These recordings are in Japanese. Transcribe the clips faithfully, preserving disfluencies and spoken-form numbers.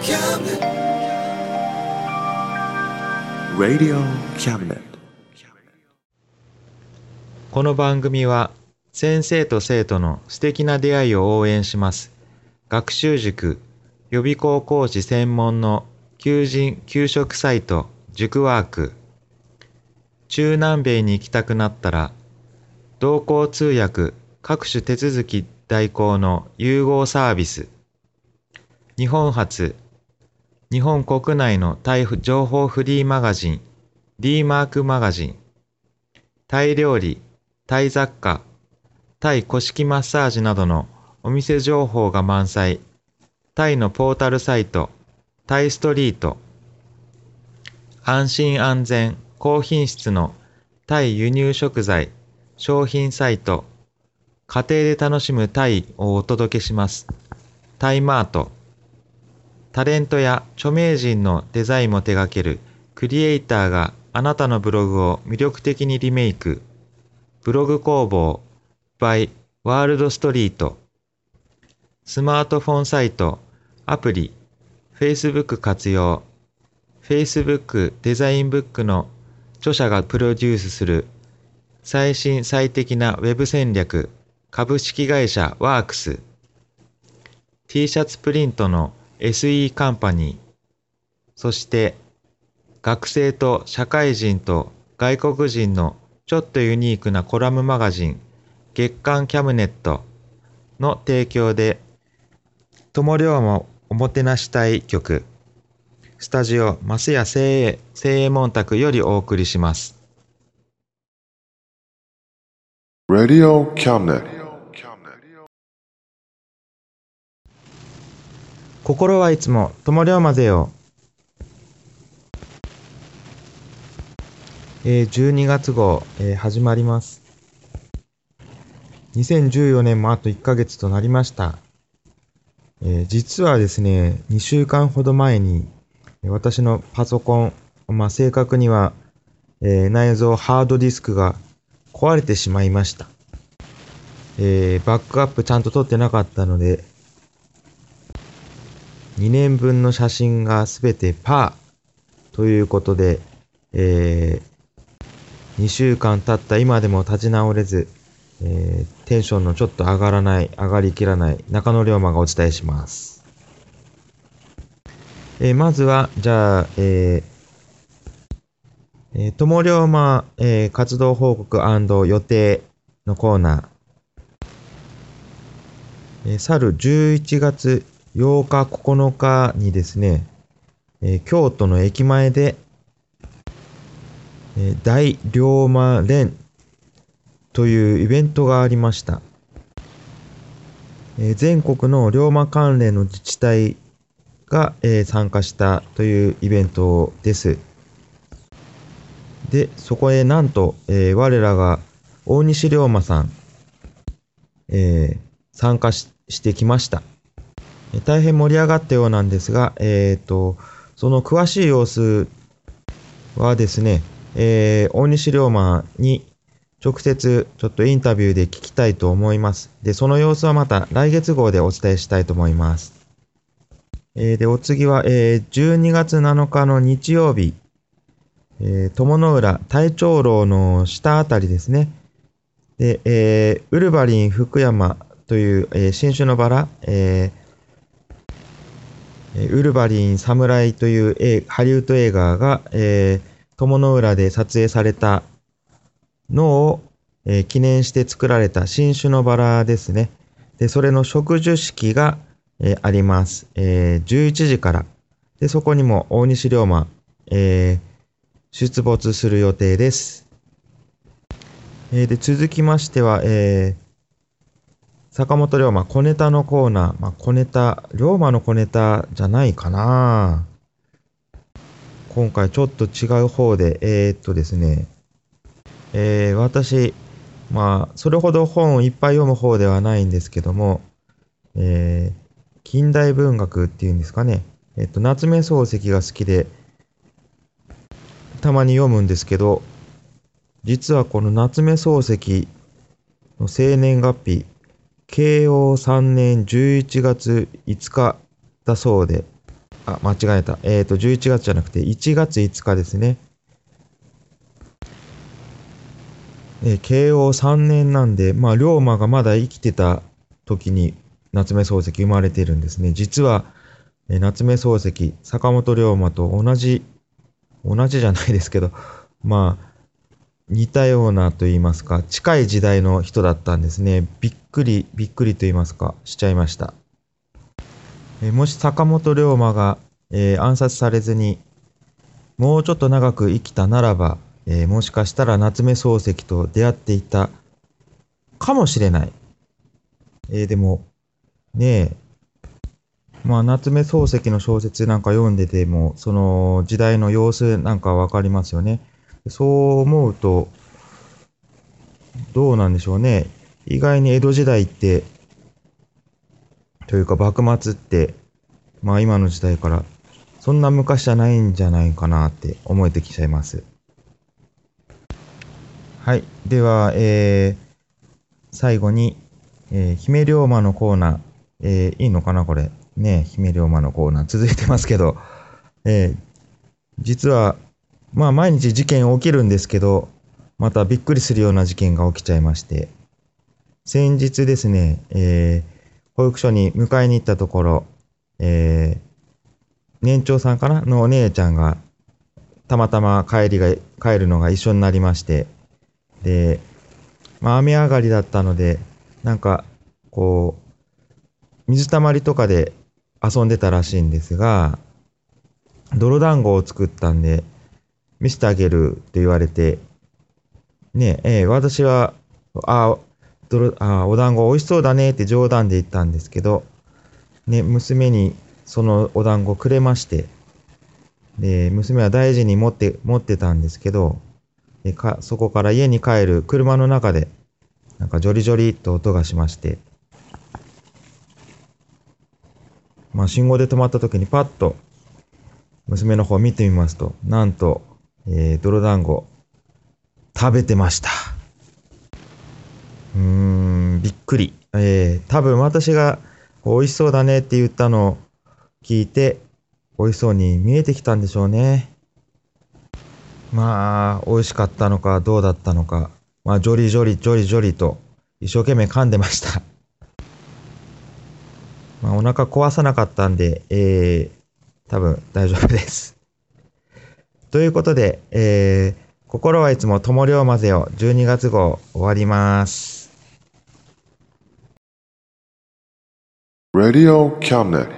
Radio Cabinet。 この番組は先生と生徒の素敵な出会いを応援します。学習塾予備校講師専門の求人・求職サイト塾ワーク。中南米に行きたくなったら同行通訳各種手続き代行の融合サービス。日本初日本国内のタイ情報フリーマガジン D マークマガジン。タイ料理、タイ雑貨、タイ古式マッサージなどのお店情報が満載。タイのポータルサイトタイストリート。安心安全高品質のタイ輸入食材商品サイト。家庭で楽しむタイをお届けします。タイマート。タレントや著名人のデザインも手掛けるクリエイターがあなたのブログを魅力的にリメイク。ブログ工房 by ワールドストリート。スマートフォンサイト、アプリ、Facebook 活用。Facebook デザインブックの著者がプロデュースする最新最適なウェブ戦略。株式会社ワークス。T シャツプリントの エスイー カンパニー。そして学生と社会人と外国人のちょっとユニークなコラムマガジン月刊キャムネットの提供で友龍もおもてなし隊局スタジオ増谷精鋭精鋭門宅よりお送りします。 Radio Cabinet。 心はいつも友龍までよ。えー、じゅうにがつ号、えー、始まります。にせんじゅうよねんもあといっかげつとなりました。えー、実はですね、にしゅうかんほど前に私のパソコン、まあ、正確には、えー、内蔵ハードディスクが壊れてしまいました。えー、バックアップちゃんと撮ってなかったのでにねんぶんの写真がすべてパーということで、えー、にしゅうかん経った今でも立ち直れず、えー、テンションのちょっと上がらない、上がりきらない中野龍馬がお伝えします。えー、まずは、じゃあ、えー、えー、友龍馬、えー、活動報告&予定のコーナー。えー、去るじゅういちがつようかここのかにですね、えー、京都の駅前で、えー、大龍馬連というイベントがありました。えー、全国の龍馬関連の自治体が、えー、参加したというイベントです。で、そこへなんと、えー、我らが大西龍馬さん、えー、参加 し, してきました。えー。大変盛り上がったようなんですが、えーと、その詳しい様子はですね、えー、大西龍馬に直接ちょっとインタビューで聞きたいと思います。で、その様子はまた来月号でお伝えしたいと思います。えー、で、お次は、えー、じゅうにがつなのかの日曜日、えー、友の浦太長楼の下あたりですね。で、えー、ウルヴァリン福山という、えー、新種のバラ、えー、ウルヴァリン侍という、えー、ハリウッド映画が、えー、友の浦で撮影されたのを、えー、記念して作られた新種のバラですね。で、それの植樹式が、えー、あります、えー。じゅういちじから。で、そこにも大西龍馬、えー、出没する予定です。えー、で、続きましては、えー、坂本龍馬小ネタのコーナー。まあ、小ネタ、龍馬の小ネタじゃないかな。今回ちょっと違う方で、えー、っとですね、えー、私、まあ、それほど本をいっぱい読む方ではないんですけども、えー、近代文学っていうんですかね、えっと、夏目漱石が好きで、たまに読むんですけど、実はこの夏目漱石の生年月日、慶応さんねんじゅういちがついつかだそうで、 あ、間違えた。えっと、じゅういちがつじゃなくていちがついつかですね。えー、慶応さんねんなんで、まあ、龍馬がまだ生きてた時に夏目漱石生まれてるんですね。実は、えー夏目漱石、坂本龍馬と同じ、同じじゃないですけど、まあ、似たようなと言いますか、近い時代の人だったんですね。びっくり、びっくりと言いますか、しちゃいました。えーもし坂本龍馬が、えー暗殺されずに、もうちょっと長く生きたならば、えーもしかしたら夏目漱石と出会っていたかもしれない。えーでも、ねえ、まあ、夏目漱石の小説なんか読んでても、その時代の様子なんかわかりますよね。そう思うと、どうなんでしょうね。意外に江戸時代って、というか幕末って、まあ今の時代から、そんな昔じゃないんじゃないかなって思えてきちゃいます。はい。では、えー、最後に、えー、姫龍馬のコーナー、えー、いいのかなこれ。ねえ、姫龍馬のコーナー続いてますけど、えー、実は、まあ毎日事件起きるんですけど、またびっくりするような事件が起きちゃいまして、先日ですね、えー、保育所に迎えに行ったところ、えー、年長さんかなのお姉ちゃんが、たまたま帰りが、帰るのが一緒になりまして、で、まあ雨上がりだったので、なんか、こう、水たまりとかで遊んでたらしいんですが、泥団子を作ったんで、見せてあげるって言われて、ねえ、えー私は、あ、泥、あ、お団子美味しそうだねって冗談で言ったんですけど、ね、娘にそのお団子くれまして、で、娘は大事に持って、持ってたんですけど、でか、そこから家に帰る車の中で、なんかジョリジョリと音がしまして、まあ信号で止まった時にパッと娘の方を見てみますと、なんと、えー、泥団子食べてました。うーん、びっくり。えー、多分私が美味しそうだねって言ったのを聞いて、美味しそうに見えてきたんでしょうね。まあ、美味しかったのかどうだったのか。まあ、ジョリジョリジョリジョリと一生懸命噛んでました。まあ、お腹壊さなかったんで、えー、多分大丈夫です。ということで、えー、心はいつも友龍混ぜよじゅうにがつ号終わります。 Radio Cabinet.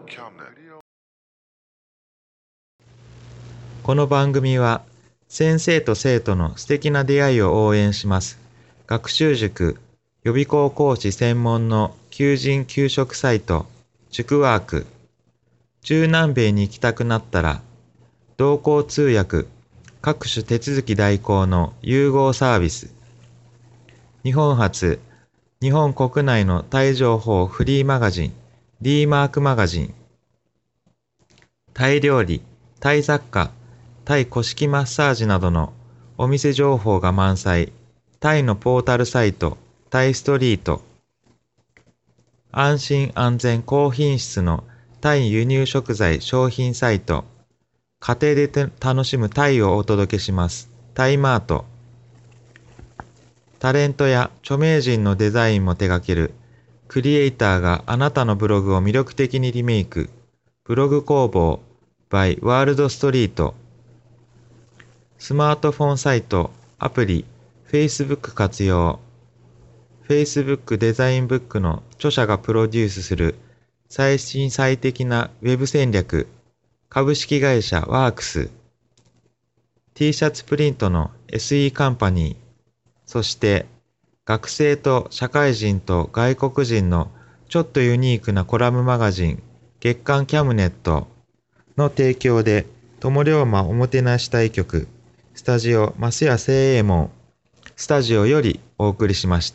この番組は先生と生徒の素敵な出会いを応援します。学習塾予備校講師専門の求人・求職サイト塾ワーク。中南米に行きたくなったら同行通訳各種手続き代行の融合サービス。日本初日本国内のタイ情報フリーマガジン D マークマガジン。タイ料理、タイ雑貨、タイ古式マッサージなどのお店情報が満載。タイのポータルサイト、タイストリート。安心安全高品質のタイ輸入食材商品サイト。家庭でて楽しむタイをお届けします。タイマート。タレントや著名人のデザインも手掛けるクリエイターがあなたのブログを魅力的にリメイク。ブログ工房 by ワールドストリート。スマートフォンサイト、アプリ、Facebook 活用。Facebook デザインブックの著者がプロデュースする最新最適なウェブ戦略。株式会社ワークス。T シャツプリントの エスイー カンパニー。そして学生と社会人と外国人のちょっとユニークなコラムマガジン月刊キャムネットの提供で友龍馬おもてなし対局スタジオ増谷清右衛門スタジオよりお送りしました。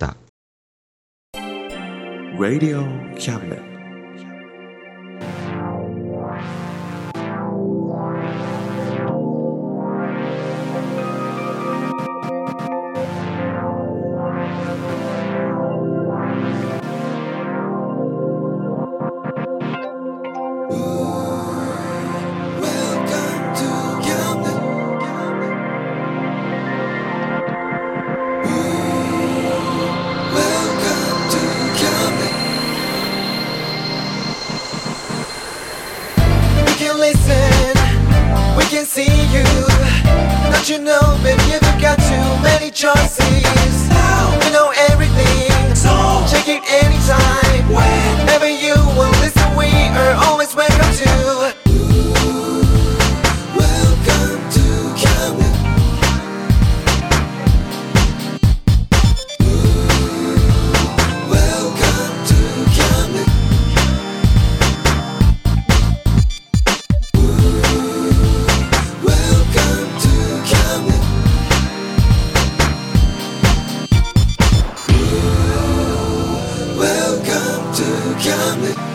Radio Cabinet. Welcome to Camlet